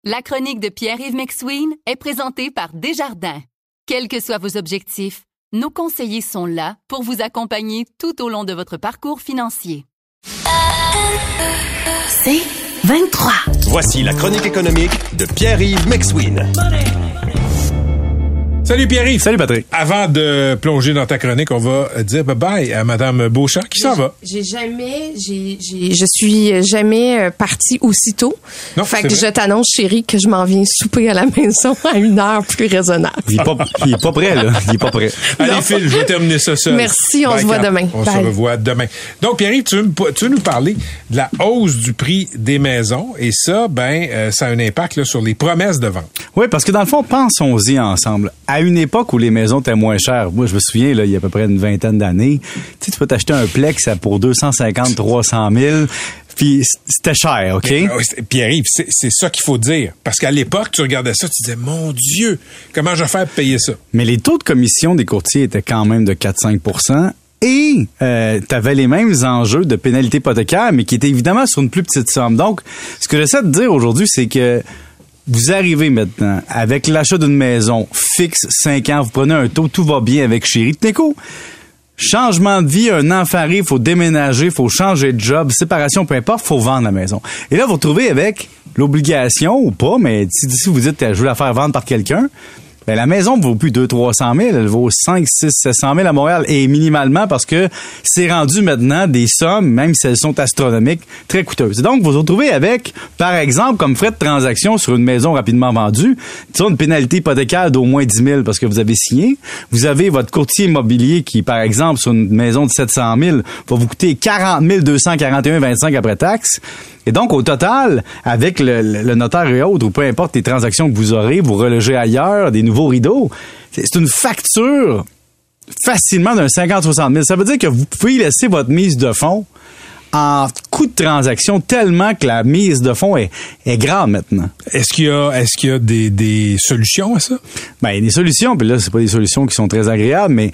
La chronique de Pierre-Yves McSween est présentée par Desjardins. Quels que soient vos objectifs, nos conseillers sont là pour vous accompagner tout au long de votre parcours financier. C'est 23. Voici la chronique économique de Pierre-Yves McSween. Salut Pierre-Yves. Salut Patrick. Avant de plonger dans ta chronique, on va dire bye-bye à Madame Beauchamp. Qui s'en va? Je suis jamais partie aussitôt. Non, fait que je t'annonce, chérie, que je m'en viens souper à la maison à une heure plus raisonnable. Il est pas prêt, là. Il est pas prêt. Allez, Phil, je vais terminer ça seul. Merci, on se voit demain. On se revoit demain. Donc, Pierre-Yves, tu veux nous parler de la hausse du prix des maisons. Et ça, ça a un impact là, sur les promesses de vente. Oui, parce que dans le fond, pensons-y ensemble. À une époque où les maisons étaient moins chères, moi je me souviens, là, il y a à peu près une vingtaine d'années, tu peux t'acheter un plex pour 250 300 000, puis c'était cher, OK? Pierre-Yves, c'est ça qu'il faut dire. Parce qu'à l'époque, tu regardais ça, tu disais, mon Dieu, comment je vais faire pour payer ça? Mais les taux de commission des courtiers étaient quand même de 4-5 %. Et t'avais les mêmes enjeux de pénalité hypothécaire, mais qui étaient évidemment sur une plus petite somme. Donc, ce que j'essaie de dire aujourd'hui, c'est que vous arrivez maintenant avec l'achat d'une maison fixe, 5 ans, vous prenez un taux, tout va bien avec chérie. Tenez coup, changement de vie, un enfant arrive, faut déménager, faut changer de job, séparation, peu importe, faut vendre la maison. Et là, vous vous retrouvez avec l'obligation, ou pas, mais si vous dites, je veux la faire vendre par quelqu'un, ben la maison ne vaut plus 200-300 000, elle vaut 5, 6, 700 000 à Montréal, et minimalement parce que c'est rendu maintenant des sommes, même si elles sont astronomiques, très coûteuses. Et donc, vous vous retrouvez avec, par exemple, comme frais de transaction sur une maison rapidement vendue, une pénalité hypothécaire d'au moins 10 000 parce que vous avez signé. Vous avez votre courtier immobilier qui, par exemple, sur une maison de 700 000, va vous coûter 40 241,25 après taxe. Et donc, au total, avec le notaire et autres, ou peu importe les transactions que vous aurez, vous relogez ailleurs, des nouveaux rideaux, c'est une facture facilement d'un 50-60 000. Ça veut dire que vous pouvez laisser votre mise de fonds en coût de transaction tellement que la mise de fonds est grande maintenant. Est-ce qu'il y a des solutions à ça? Ben, il y a des solutions, puis là, c'est pas des solutions qui sont très agréables, mais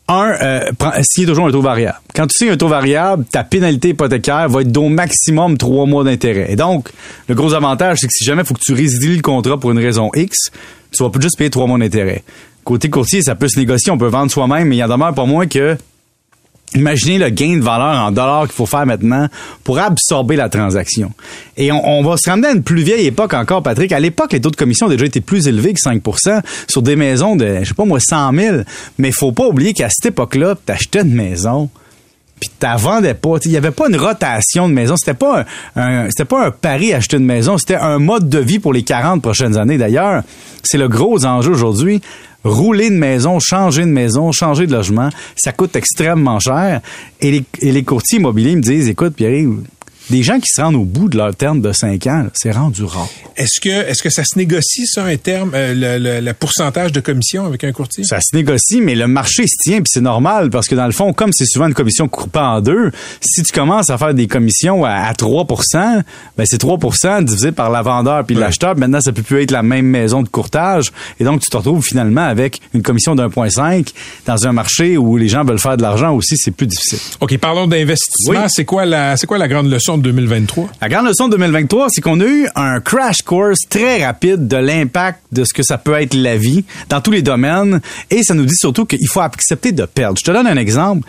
signer toujours un taux variable. Quand tu signes un taux variable, ta pénalité hypothécaire va être d'au maximum 3 mois d'intérêt. Et donc, le gros avantage, c'est que si jamais il faut que tu résilies le contrat pour une raison X, tu vas pas juste payer 3 mois d'intérêt. Côté courtier, ça peut se négocier, on peut vendre soi-même, mais il y en demeure pas moins que imaginez le gain de valeur en dollars qu'il faut faire maintenant pour absorber la transaction. Et on va se ramener à une plus vieille époque encore, Patrick. À l'époque, les taux de commission ont déjà été plus élevés que 5 % sur des maisons de, 100 000. Mais il faut pas oublier qu'à cette époque-là, t'achetais une maison, puis t'en vendais pas. Il y avait pas une rotation de maison. C'était pas un pari acheter une maison. C'était un mode de vie pour les 40 prochaines années. D'ailleurs, c'est le gros enjeu aujourd'hui. Rouler de maison, changer de logement, ça coûte extrêmement cher. Et les courtiers immobiliers me disent, écoute, Pierre, des gens qui se rendent au bout de leur terme de 5 ans, là, c'est rendu rare. Est-ce que ça se négocie, ça, un terme, le pourcentage de commission avec un courtier? Ça se négocie, mais le marché se tient, puis c'est normal, parce que dans le fond, comme c'est souvent une commission coupée en deux, si tu commences à faire des commissions à 3 %, ben c'est 3 % divisé par la vendeur puis l'acheteur. Maintenant, ça peut plus être la même maison de courtage, et donc tu te retrouves finalement avec une commission d'1,5 dans un marché où les gens veulent faire de l'argent aussi, c'est plus difficile. OK, parlons d'investissement. Oui. C'est quoi la grande leçon de 2023? La grande leçon de 2023, c'est qu'on a eu un crash course très rapide de l'impact de ce que ça peut être la vie dans tous les domaines, et ça nous dit surtout qu'il faut accepter de perdre. Je te donne un exemple.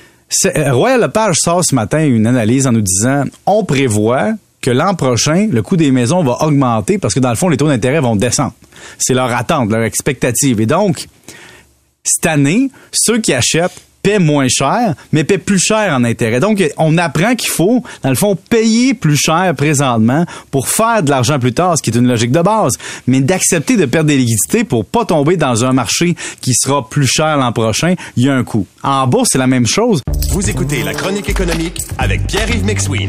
Royal Lepage sort ce matin une analyse en nous disant on prévoit que l'an prochain, le coût des maisons va augmenter parce que dans le fond, les taux d'intérêt vont descendre. C'est leur attente, leur expectative. Et donc, cette année, ceux qui achètent paient moins cher, mais paient plus cher en intérêt. Donc, on apprend qu'il faut, dans le fond, payer plus cher présentement pour faire de l'argent plus tard, ce qui est une logique de base, mais d'accepter de perdre des liquidités pour pas tomber dans un marché qui sera plus cher l'an prochain, il y a un coût. En bourse, c'est la même chose. Vous écoutez La Chronique économique avec Pierre-Yves McSween.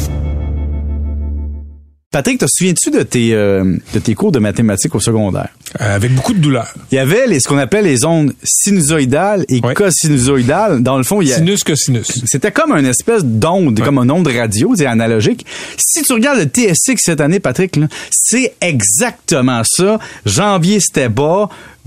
Patrick, te souviens-tu de tes cours de mathématiques au secondaire? Avec beaucoup de douleur. Il y avait ce qu'on appelait les ondes sinusoïdales et cosinusoïdales. Dans le fond, il y a... Sinus, cosinus. C'était comme une espèce d'onde, comme une onde radio, analogique. Si tu regardes le TSX cette année, Patrick, là, c'est exactement ça. Janvier, c'était bas.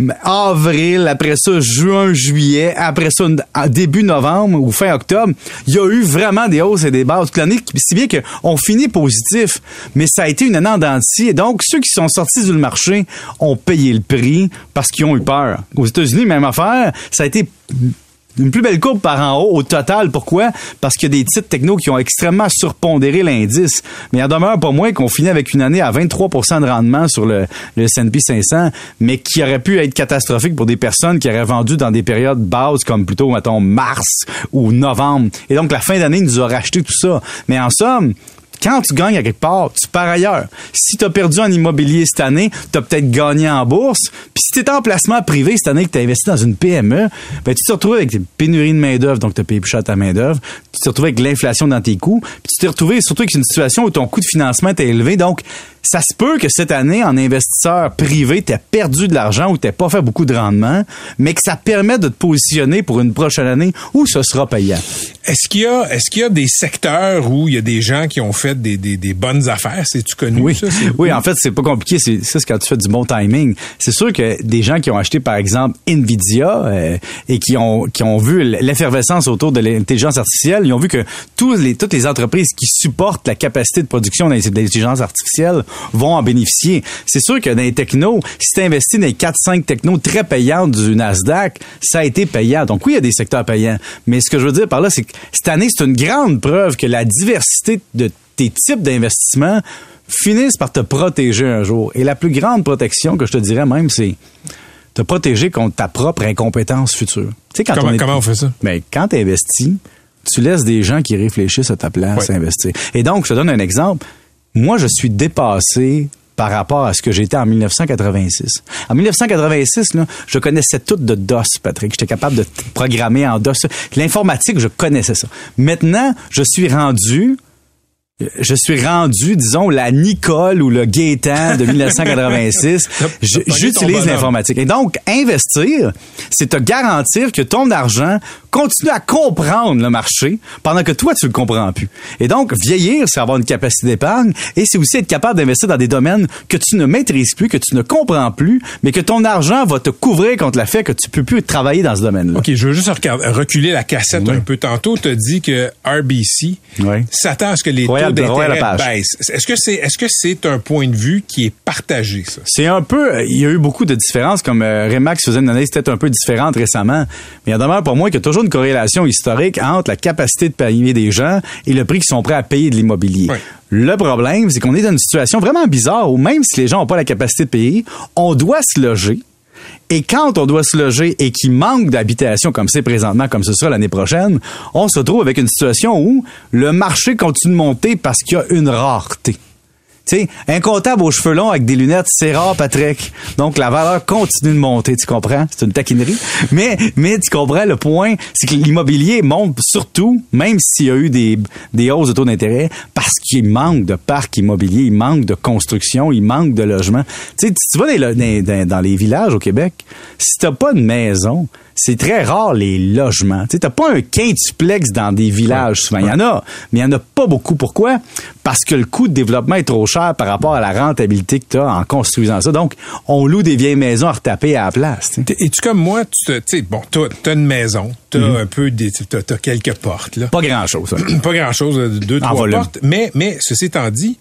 Avril, après ça, juin, juillet, après ça, début novembre ou fin octobre, il y a eu vraiment des hausses et des basses toute l'année, si bien qu'on finit positif. Mais ça a été une année en dents de scie. Et donc, ceux qui sont sortis du marché ont payé le prix parce qu'ils ont eu peur. Aux États-Unis, même affaire, ça a été une plus belle courbe par en haut au total. Pourquoi? Parce qu'il y a des titres techno qui ont extrêmement surpondéré l'indice. Mais il en demeure pas moins qu'on finit avec une année à 23% de rendement sur le S&P 500, mais qui aurait pu être catastrophique pour des personnes qui auraient vendu dans des périodes basses comme plutôt, mettons, mars ou novembre. Et donc, la fin d'année nous a racheté tout ça. Mais en somme, quand tu gagnes à quelque part, tu pars ailleurs. Si tu as perdu en immobilier cette année, tu as peut-être gagné en bourse. Puis si tu es en placement privé cette année que tu as investi dans une PME, ben tu te retrouves avec des pénuries de main-d'œuvre, donc tu as payé plus cher ta main-d'œuvre. Tu te retrouves avec l'inflation dans tes coûts. Puis tu t'es retrouvé surtout avec une situation où ton coût de financement est élevé. Donc, ça se peut que cette année, en investisseur privé, tu aies perdu de l'argent ou tu n'aies pas fait beaucoup de rendement, mais que ça permet de te positionner pour une prochaine année où ce sera payant. Est-ce qu'il y a des secteurs où il y a des gens qui ont fait des bonnes affaires? C'est-tu connu, oui. Ça? Oui, en fait, c'est pas compliqué. C'est quand tu fais du bon timing. C'est sûr que des gens qui ont acheté, par exemple, Nvidia et qui ont vu l'effervescence autour de l'intelligence artificielle, ils ont vu que toutes les entreprises qui supportent la capacité de production d'intelligence artificielle vont en bénéficier. C'est sûr que dans les technos, si tu investis dans les 4-5 technos très payantes du Nasdaq, ça a été payant. Donc oui, il y a des secteurs payants. Mais ce que je veux dire par là, c'est que cette année, c'est une grande preuve que la diversité de tes types d'investissements finissent par te protéger un jour. Et la plus grande protection que je te dirais même, c'est te protéger contre ta propre incompétence future. Tu sais, comment on fait ça? Ben, quand tu investis, tu laisses des gens qui réfléchissent à ta place à investir. Et donc, je te donne un exemple. Moi, je suis dépassé par rapport à ce que j'étais en 1986. En 1986, là, je connaissais tout de DOS, Patrick. J'étais capable de programmer en DOS. L'informatique, je connaissais ça. Maintenant, je suis rendu, disons, la Nicole ou le Gaétan de 1986. J'utilise l'informatique. Et donc, investir, c'est te garantir que ton argent continue à comprendre le marché pendant que toi, tu le comprends plus. Et donc, vieillir, c'est avoir une capacité d'épargne et c'est aussi être capable d'investir dans des domaines que tu ne maîtrises plus, que tu ne comprends plus, mais que ton argent va te couvrir contre le fait que tu peux plus travailler dans ce domanement. OK, je veux juste reculer la cassette un peu. Tantôt, tu as dit que RBC s'attend à ce que les taux d'intérêt baissent. Est-ce que c'est un point de vue qui est partagé, ça? C'est un peu... Il y a eu beaucoup de différences, comme Remax faisait une analyse peut-être un peu différente récemment, mais il en demeure pour moi qu'il y a toujours une corrélation historique entre la capacité de payer des gens et le prix qu'ils sont prêts à payer de l'immobilier. Oui. Le problème, c'est qu'on est dans une situation vraiment bizarre où même si les gens n'ont pas la capacité de payer, on doit se loger. Et quand on doit se loger et qu'il manque d'habitation comme c'est présentement, comme ce sera l'année prochaine, on se retrouve avec une situation où le marché continue de monter parce qu'il y a une rareté. Tu sais, un comptable aux cheveux longs avec des lunettes, c'est rare, Patrick. Donc, la valeur continue de monter, tu comprends? C'est une taquinerie. Mais tu comprends, le point, c'est que l'immobilier monte surtout, même s'il y a eu des hausses de taux d'intérêt, parce qu'il manque de parc immobilier, il manque de construction, il manque de logements. Tu sais, tu vas dans les villages au Québec, si t'as pas de maison, c'est très rare les logements. Tu sais, t'as pas un quintuplex dans des villages souvent. Il y en a, mais il y en a pas beaucoup. Pourquoi? Parce que le coût de développement est trop cher par rapport à la rentabilité que t'as en construisant ça. Donc, on loue des vieilles maisons à retaper à la place. T'sais. Es-tu comme moi? T'as une maison, t'as un peu, t'as quelques portes, là. Pas grand-chose. Pas grand-chose, 2-3 portes. Mais, ceci étant dit,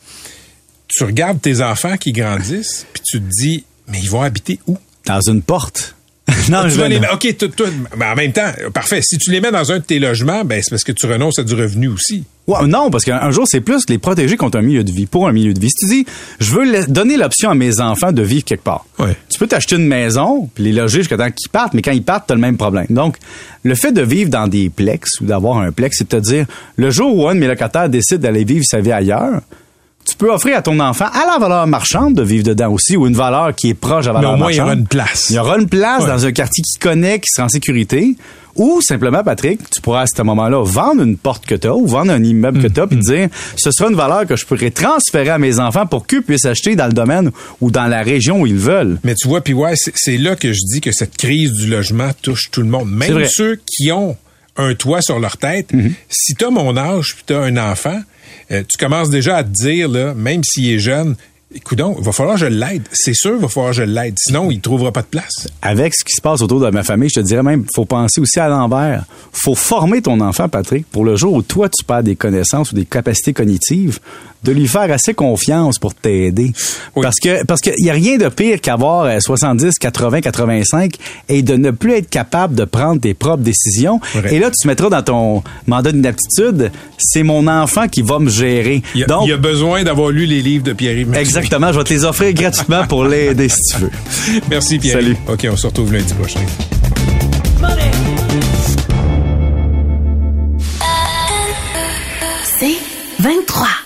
tu regardes tes enfants qui grandissent, puis tu te dis, mais ils vont habiter où? Dans une porte. Non, OK, toi, ben en même temps, parfait. Si tu les mets dans un de tes logements, ben c'est parce que tu renonces à du revenu aussi. Ouais, non, parce qu'un jour, c'est plus les protéger contre un milieu de vie, pour un milieu de vie. Si tu dis, je veux donner l'option à mes enfants de vivre quelque part. Ouais. Tu peux t'acheter une maison, puis les loger jusqu'à temps qu'ils partent, mais quand ils partent, t'as le même problème. Donc, le fait de vivre dans des plex ou d'avoir un plex, c'est de te dire, le jour où un de mes locataires décide d'aller vivre sa vie ailleurs, tu peux offrir à ton enfant à la valeur marchande de vivre dedans aussi, ou une valeur qui est proche de la valeur marchande. Mais au moins, il y aura une place. Il y aura une place dans un quartier qui connaît, qui sera en sécurité. Ou simplement, Patrick, tu pourras à ce moment-là vendre une porte que tu as ou vendre un immeuble que tu as puis te dire, ce sera une valeur que je pourrais transférer à mes enfants pour qu'eux puissent acheter dans le domaine ou dans la région où ils veulent. Mais tu vois, puis ouais, c'est là que je dis que cette crise du logement touche tout le monde. Même ceux qui ont un toit sur leur tête. Si tu as mon âge puis tu as un enfant, tu commences déjà à te dire, là, même s'il est jeune, coudonc, il va falloir que je l'aide. C'est sûr, il va falloir que je l'aide. Sinon, il ne trouvera pas de place. Avec ce qui se passe autour de ma famille, je te dirais même, faut penser aussi à l'envers. Faut former ton enfant, Patrick, pour le jour où toi, tu perds des connaissances ou des capacités cognitives, de lui faire assez confiance pour t'aider. Oui. Parce que y a rien de pire qu'avoir 70, 80, 85 et de ne plus être capable de prendre tes propres décisions. Et là, tu te mettras dans ton mandat d'inaptitude, c'est mon enfant qui va me gérer. Donc, il y a besoin d'avoir lu les livres de Pierre-Yves McSween. Exactement, je vais te les offrir gratuitement pour l'aider si tu veux. Merci Pierre. Salut. OK, on se retrouve lundi prochain. C'est 23.